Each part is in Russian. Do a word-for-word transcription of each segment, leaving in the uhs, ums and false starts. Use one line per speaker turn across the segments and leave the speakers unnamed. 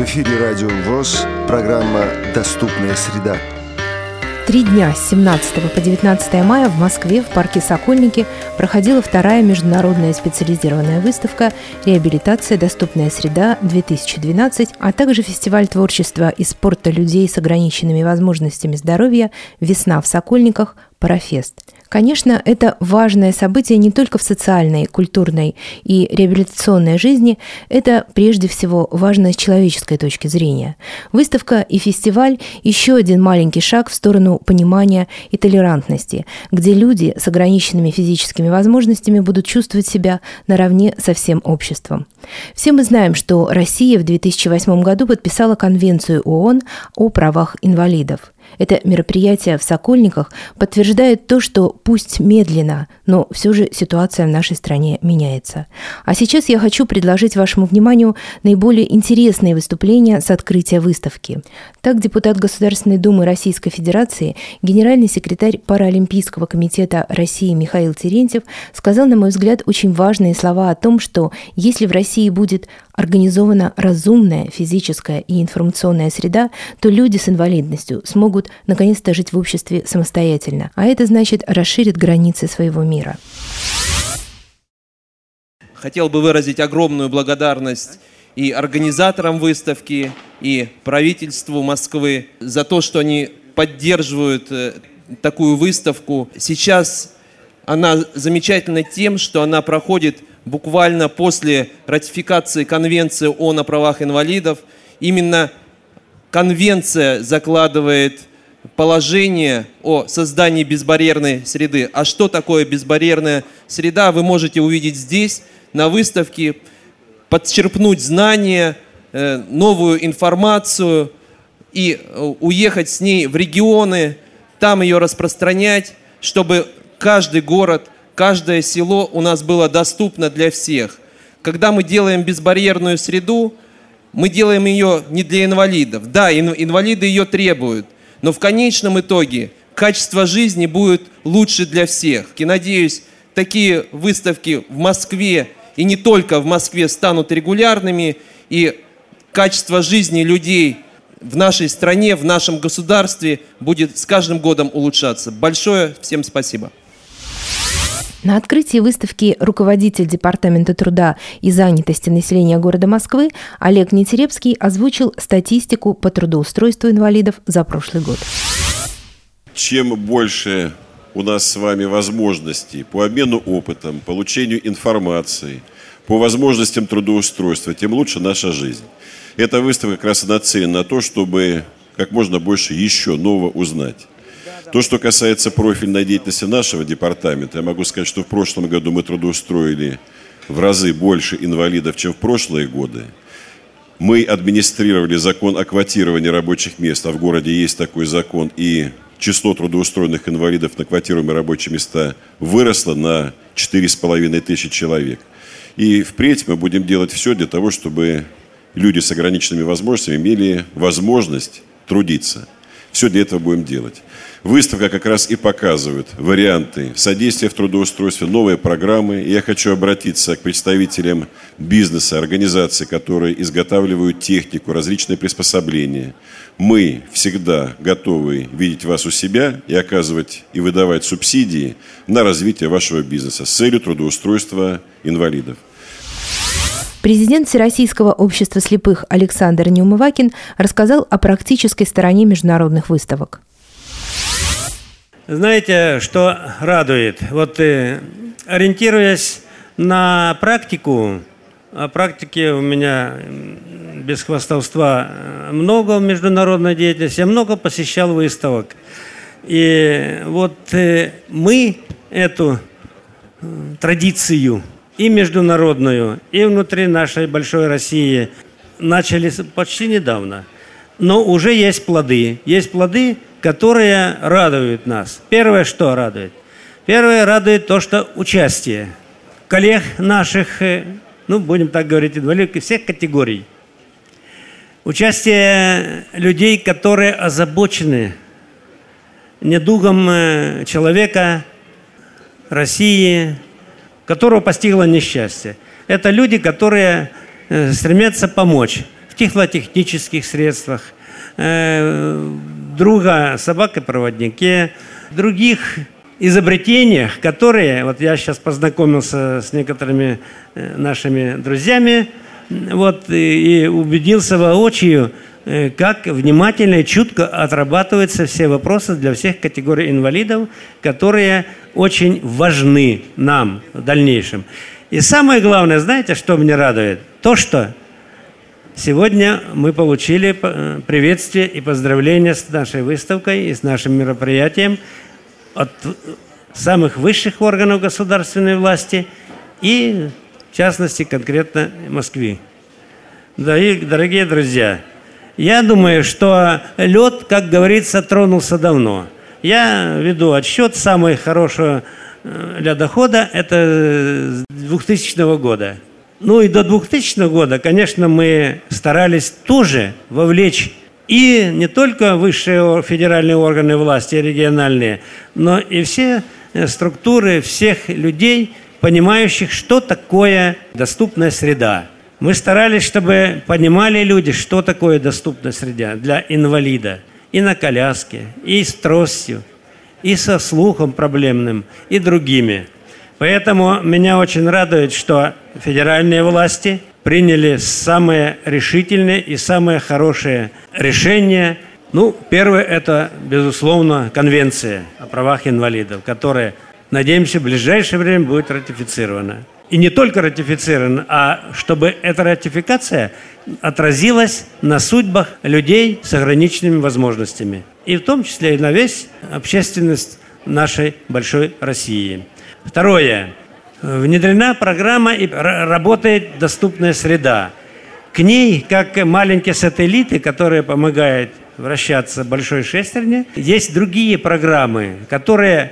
эфире Радио ВОС, программа «Доступная среда».
Три дня с семнадцатого по девятнадцатое мая в Москве в парке «Сокольники» проходила вторая международная специализированная выставка «Реабилитация. Доступная среда-две тысячи двенадцать», а также фестиваль творчества и спорта людей с ограниченными возможностями здоровья «Весна в Сокольниках. Парафест». Конечно, это важное событие не только в социальной, культурной и реабилитационной жизни, это прежде всего важно с человеческой точки зрения. Выставка и фестиваль – еще один маленький шаг в сторону понимания и толерантности, где люди с ограниченными физическими возможностями будут чувствовать себя наравне со всем обществом. Все мы знаем, что Россия в две тысячи восьмом году подписала Конвенцию ООН о правах инвалидов. Это мероприятие в Сокольниках подтверждает то, что пусть медленно, но все же ситуация в нашей стране меняется. А сейчас я хочу предложить вашему вниманию наиболее интересные выступления с открытия выставки. Так, депутат Государственной Думы Российской Федерации, генеральный секретарь Паралимпийского комитета России Михаил Терентьев сказал, на мой взгляд, очень важные слова о том, что если в России будет организована разумная физическая и информационная среда, то люди с инвалидностью смогут наконец-то жить в обществе самостоятельно. А это значит расширит границы своего мира.
Хотел бы выразить огромную благодарность и организаторам выставки, и правительству Москвы за то, что они поддерживают такую выставку. Сейчас она замечательна тем, что она проходит буквально после ратификации Конвенции ООН о правах инвалидов. Именно Конвенция закладывает положение о создании безбарьерной среды. А что такое безбарьерная среда, вы можете увидеть здесь, на выставке, подчерпнуть знания, новую информацию и уехать с ней в регионы, там ее распространять, чтобы каждый город, каждое село у нас было доступно для всех. Когда мы делаем безбарьерную среду, мы делаем ее не для инвалидов. Да, инвалиды ее требуют, но в конечном итоге качество жизни будет лучше для всех. И надеюсь, такие выставки в Москве и не только в Москве станут регулярными, и качество жизни людей в нашей стране, в нашем государстве будет с каждым годом улучшаться. Большое всем спасибо.
На открытии выставки руководитель Департамента труда и занятости населения города Москвы Олег Нетерепский озвучил статистику по трудоустройству инвалидов за прошлый год.
Чем больше у нас с вами возможностей по обмену опытом, получению информации, по возможностям трудоустройства, тем лучше наша жизнь. Эта выставка как раз и нацелена на то, чтобы как можно больше еще нового узнать. То, что касается профильной деятельности нашего департамента, я могу сказать, что в прошлом году мы трудоустроили в разы больше инвалидов, чем в прошлые годы. Мы администрировали закон о квотировании рабочих мест, а в городе есть такой закон, и число трудоустроенных инвалидов на квотируемые рабочие места выросло на четыре с половиной тысячи человек. И впредь мы будем делать все для того, чтобы люди с ограниченными возможностями имели возможность трудиться. Все для этого будем делать. Выставка как раз и показывает варианты содействия в трудоустройстве, новые программы. И я хочу обратиться к представителям бизнеса, организаций, которые изготавливают технику, различные приспособления. Мы всегда готовы видеть вас у себя и оказывать и выдавать субсидии на развитие вашего бизнеса с целью трудоустройства инвалидов.
Президент Всероссийского общества слепых Александр Неумывакин рассказал о практической стороне международных выставок.
Знаете, что радует? Вот э, ориентируясь на практику, а практики у меня без хвастовства много в международной деятельности, я много посещал выставок. И вот э, мы эту традицию и международную, и внутри нашей большой России начали почти недавно. Но уже есть плоды. Есть плоды, которые радуют нас. Первое, что радует? Первое радует то, что участие коллег наших, ну, будем так говорить, инвалидов всех категорий. Участие людей, которые озабочены недугом человека, России, которого постигло несчастье. Это люди, которые стремятся помочь. тифлотехнических средствах, друга собаке-проводнике, других изобретениях, которые, вот я сейчас познакомился с некоторыми нашими друзьями, вот, и, и убедился воочию, как внимательно и чутко отрабатываются все вопросы для всех категорий инвалидов, которые очень важны нам в дальнейшем. И самое главное, знаете, что меня радует? То, что сегодня мы получили приветствие и поздравления с нашей выставкой и с нашим мероприятием от самых высших органов государственной власти и, в частности, конкретно Москвы. Дорогие друзья, я думаю, что лед, как говорится, тронулся давно. Я веду отсчет самого хорошего ледохода, это с двухтысячного года. Ну и до двухтысячного года, конечно, мы старались тоже вовлечь и не только высшие федеральные органы власти, региональные, но и все структуры, всех людей, понимающих, что такое доступная среда. Мы старались, чтобы понимали люди, что такое доступная среда для инвалида. И на коляске, и с тростью, и со слухом проблемным, и другими. Поэтому меня очень радует, что федеральные власти приняли самые решительные и самые хорошие решения. Ну, первое – это, безусловно, Конвенция о правах инвалидов, которая, надеемся, в ближайшее время будет ратифицирована. И не только ратифицирована, а чтобы эта ратификация отразилась на судьбах людей с ограниченными возможностями. И в том числе и на весь общественность нашей большой России. Второе. Внедрена программа и работает доступная среда. К ней, как маленькие сателлиты, которые помогают вращаться большой шестерне, есть другие программы, которые...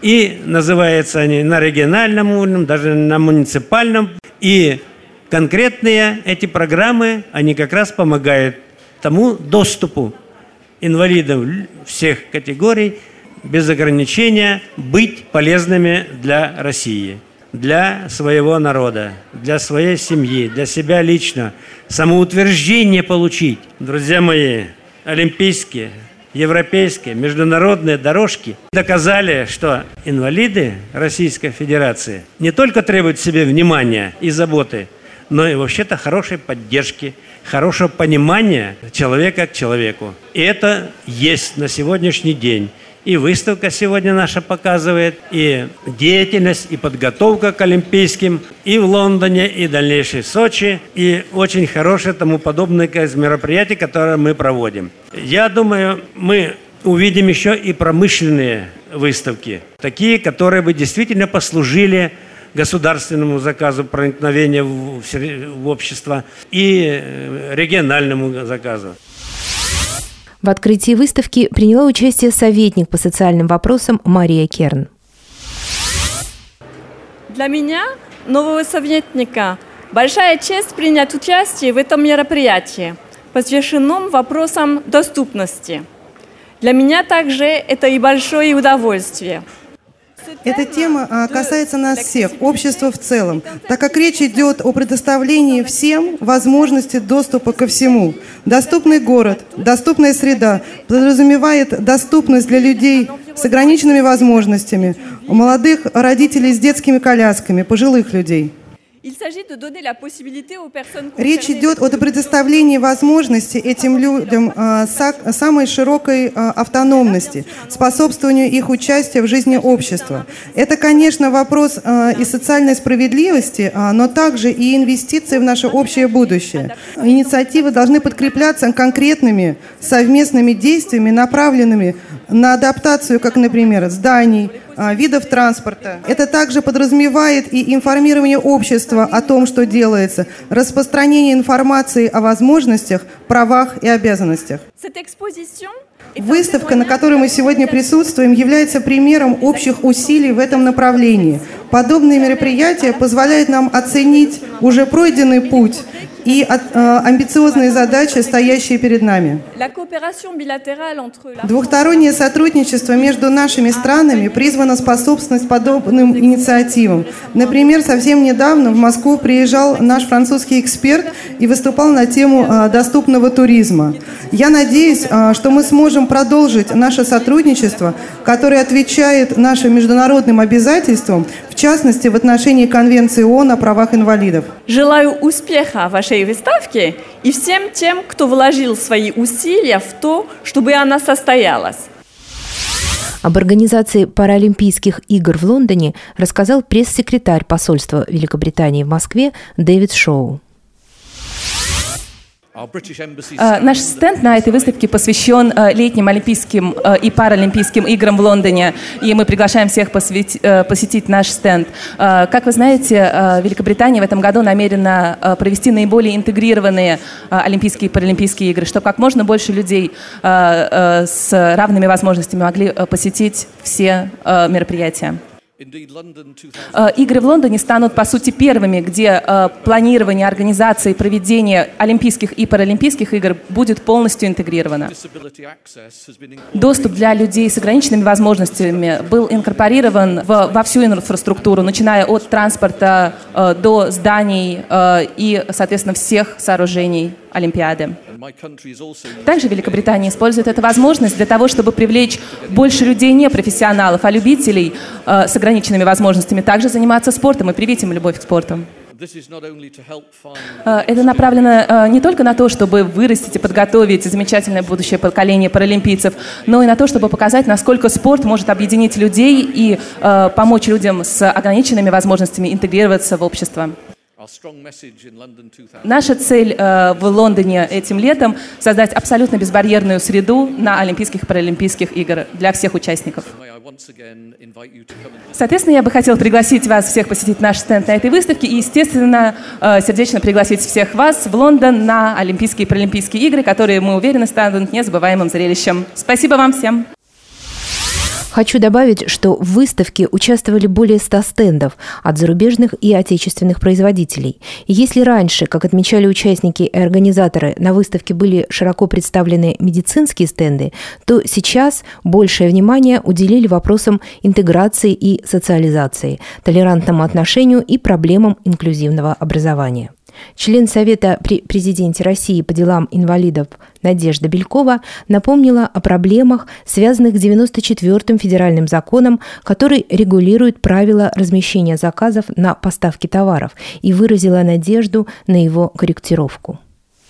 И называются они на региональном уровне, даже на муниципальном. И конкретные эти программы, они как раз помогают тому доступу инвалидов всех категорий без ограничения быть полезными для России, для своего народа, для своей семьи, для себя лично. Самоутверждение получить. Друзья мои, олимпийские, европейские, международные дорожки доказали, что инвалиды Российской Федерации не только требуют себе внимания и заботы, но и вообще-то хорошей поддержки, хорошего понимания человека к человеку. И это есть на сегодняшний день. И выставка сегодня наша показывает, и деятельность, и подготовка к Олимпийским, и в Лондоне, и дальнейшей в Сочи, и очень хорошее тому подобное мероприятие, которое мы проводим. Я думаю, мы увидим еще и промышленные выставки, такие, которые бы действительно послужили государственному заказу проникновения в, в общество и региональному заказу.
В открытии выставки приняла участие советник по социальным вопросам Мария Керн.
Для меня, нового советника, большая честь принять участие в этом мероприятии, посвященном вопросам доступности. Для меня также это и большое удовольствие.
Эта тема касается нас всех, общества в целом, так как речь идет о предоставлении всем возможности доступа ко всему. Доступный город, доступная среда подразумевает доступность для людей с ограниченными возможностями, у молодых родителей с детскими колясками, пожилых людей. Речь идет о предоставлении возможности этим людям а, са, самой широкой а, автономности, способствованию их участия в жизни общества. Это, конечно, вопрос а, и социальной справедливости, а, но также и инвестиции в наше общее будущее. Инициативы должны подкрепляться конкретными совместными действиями, направленными на адаптацию, как, например, зданий, видов транспорта. Это также подразумевает и информирование общества о том, что делается, распространение информации о возможностях, правах и обязанностях. Выставка, на которой мы сегодня присутствуем, является примером общих усилий в этом направлении. Подобные мероприятия позволяют нам оценить уже пройденный путь и амбициозные задачи, стоящие перед нами. Двухстороннее сотрудничество между нашими странами призвано способствовать подобным инициативам. Например, совсем недавно в Москву приезжал наш французский эксперт и выступал на тему доступного туризма. Я надеюсь, что мы сможем продолжить наше сотрудничество, которое отвечает нашим международным обязательствам, в частности, в отношении Конвенции ООН о правах инвалидов.
Желаю успеха вашей выставке и всем тем, кто вложил свои усилия в то, чтобы она состоялась.
Об организации Паралимпийских игр в Лондоне рассказал пресс-секретарь посольства Великобритании в Москве Дэвид Шоу.
Наш стенд на этой выставке посвящен летним Олимпийским и Паралимпийским играм в Лондоне, и мы приглашаем всех посетить наш стенд. Как вы знаете, Великобритания в этом году намерена провести наиболее интегрированные Олимпийские и Паралимпийские игры, чтобы как можно больше людей с равными возможностями могли посетить все мероприятия. Игры в Лондоне станут, по сути, первыми, где э, планирование, организация и проведение Олимпийских и Паралимпийских игр будет полностью интегрировано. Доступ для людей с ограниченными возможностями был инкорпорирован в, во всю инфраструктуру, начиная от транспорта э, до зданий э, и, соответственно, всех сооружений Олимпиады. Также Великобритания использует эту возможность для того, чтобы привлечь больше людей, не профессионалов, а любителей э, с ограниченными возможностями, также заниматься спортом и привить им любовь к спорту. Это направлено не только на то, чтобы вырастить и подготовить замечательное будущее поколение паралимпийцев, но и на то, чтобы показать, насколько спорт может объединить людей и э, помочь людям с ограниченными возможностями интегрироваться в общество. Наша цель э, в Лондоне этим летом — создать абсолютно безбарьерную среду на Олимпийских и Паралимпийских играх для всех участников. Соответственно, я бы хотела пригласить вас всех посетить наш стенд на этой выставке и, естественно, э, сердечно пригласить всех вас в Лондон на Олимпийские и Паралимпийские игры, которые, мы уверены, станут незабываемым зрелищем. Спасибо вам всем!
Хочу добавить, что в выставке участвовали более ста стендов от зарубежных и отечественных производителей. И если раньше, как отмечали участники и организаторы, на выставке были широко представлены медицинские стенды, то сейчас большее внимание уделили вопросам интеграции и социализации, толерантному отношению и проблемам инклюзивного образования. Член Совета при президенте России по делам инвалидов Надежда Белькова напомнила о проблемах, связанных с девяносто четвёртым федеральным законом, который регулирует правила размещения заказов на поставки товаров, и выразила надежду на его корректировку.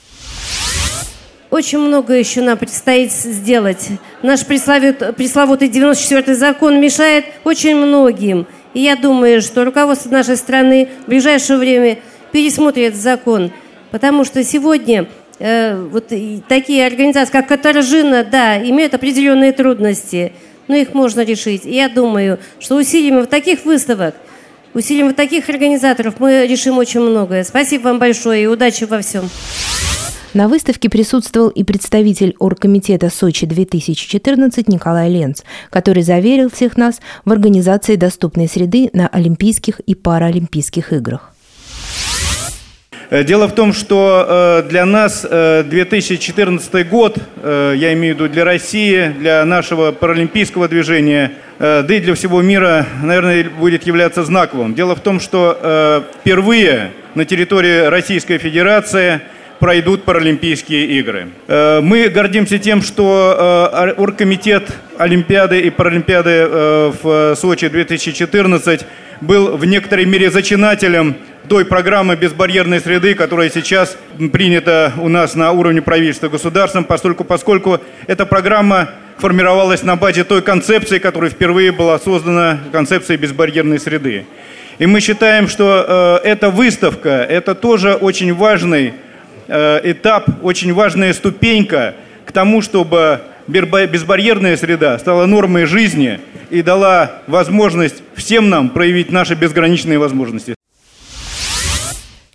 Очень много еще нам предстоит сделать. Наш пресловутый девяносто четвёртый закон мешает очень многим. И я думаю, что руководство нашей страны в ближайшее время пересмотрит закон, потому что сегодня э, вот такие организации, как Катаржина, да, имеют определенные трудности, но их можно решить. И я думаю, что усилиями вот таких выставок, усилиями вот таких организаторов мы решим очень многое. Спасибо вам большое и удачи во всем.
На выставке присутствовал и представитель оргкомитета Сочи-две тысячи четырнадцать Николай Ленц, который заверил всех нас в организации доступной среды на Олимпийских и Паралимпийских играх.
Дело в том, что для нас две тысячи четырнадцатый год, я имею в виду для России, для нашего паралимпийского движения, да и для всего мира, наверное, будет являться знаковым. Дело в том, что впервые на территории Российской Федерации пройдут Паралимпийские игры. Мы гордимся тем, что оргкомитет Олимпиады и Паралимпиады в Сочи две тысячи четырнадцать был в некоторой мере зачинателем той программы безбарьерной среды, которая сейчас принята у нас на уровне правительства государством, поскольку, поскольку эта программа формировалась на базе той концепции, которая впервые была создана, концепции безбарьерной среды. И мы считаем, что э, эта выставка – это тоже очень важный э, этап, очень важная ступенька к тому, чтобы безбарьерная среда стала нормой жизни и дала возможность всем нам проявить наши безграничные возможности.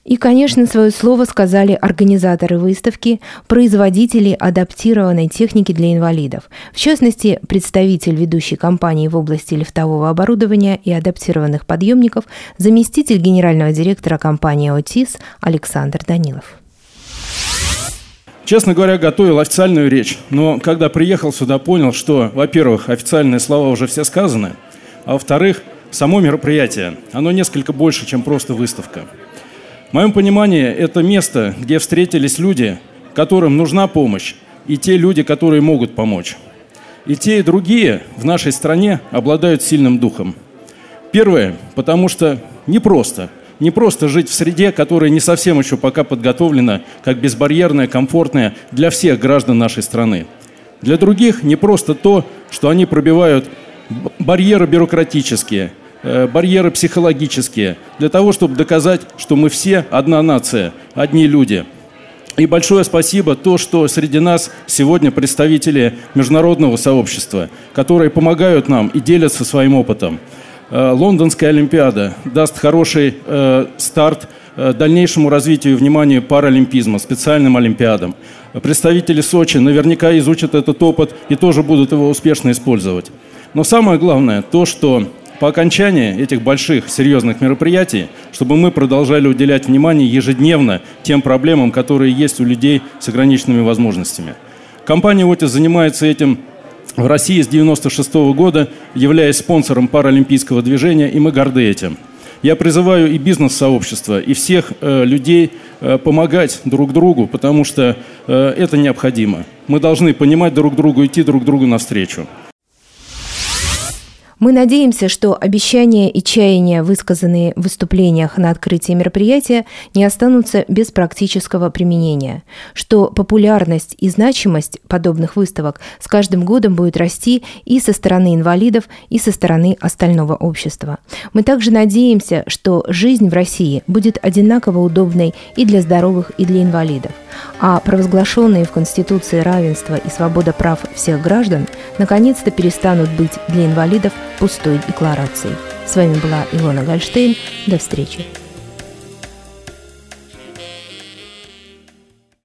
И, конечно, свое слово сказали организаторы выставки, производители адаптированной техники для инвалидов. В частности, представитель ведущей компании в области лифтового оборудования и адаптированных подъемников, заместитель генерального директора компании «Отис» Александр Данилов.
Честно говоря, готовил официальную речь, но когда приехал сюда, понял, что, во-первых, официальные слова уже все сказаны, а во-вторых, само мероприятие, оно несколько больше, чем просто выставка. В моем понимании, это место, где встретились люди, которым нужна помощь, и те люди, которые могут помочь. И те, и другие в нашей стране обладают сильным духом. Первое, потому что непросто. Не просто жить в среде, которая не совсем еще пока подготовлена, как безбарьерная, комфортная для всех граждан нашей страны. Для других не просто то, что они пробивают барьеры бюрократические, барьеры психологические, для того, чтобы доказать, что мы все одна нация, одни люди. И большое спасибо то, что среди нас сегодня представители международного сообщества, которые помогают нам и делятся своим опытом. Лондонская Олимпиада даст хороший э, старт э, дальнейшему развитию и вниманию паралимпизма, специальным олимпиадам. Представители Сочи наверняка изучат этот опыт и тоже будут его успешно использовать. Но самое главное то, что по окончании этих больших, серьезных мероприятий, чтобы мы продолжали уделять внимание ежедневно тем проблемам, которые есть у людей с ограниченными возможностями. Компания «Отис» занимается этим в России с девяносто шестого года, являясь спонсором паралимпийского движения, и мы горды этим. Я призываю и бизнес-сообщество, и всех э, людей э, помогать друг другу, потому что э, это необходимо. Мы должны понимать друг друга, идти друг другу навстречу.
Мы надеемся, что обещания и чаяния, высказанные в выступлениях на открытии мероприятия, не останутся без практического применения, что популярность и значимость подобных выставок с каждым годом будет расти и со стороны инвалидов, и со стороны остального общества. Мы также надеемся, что жизнь в России будет одинаково удобной и для здоровых, и для инвалидов, а провозглашенные в Конституции равенство и свобода прав всех граждан наконец-то перестанут быть для инвалидов пустой декларацией. С вами была Илона Гольштейн. До встречи.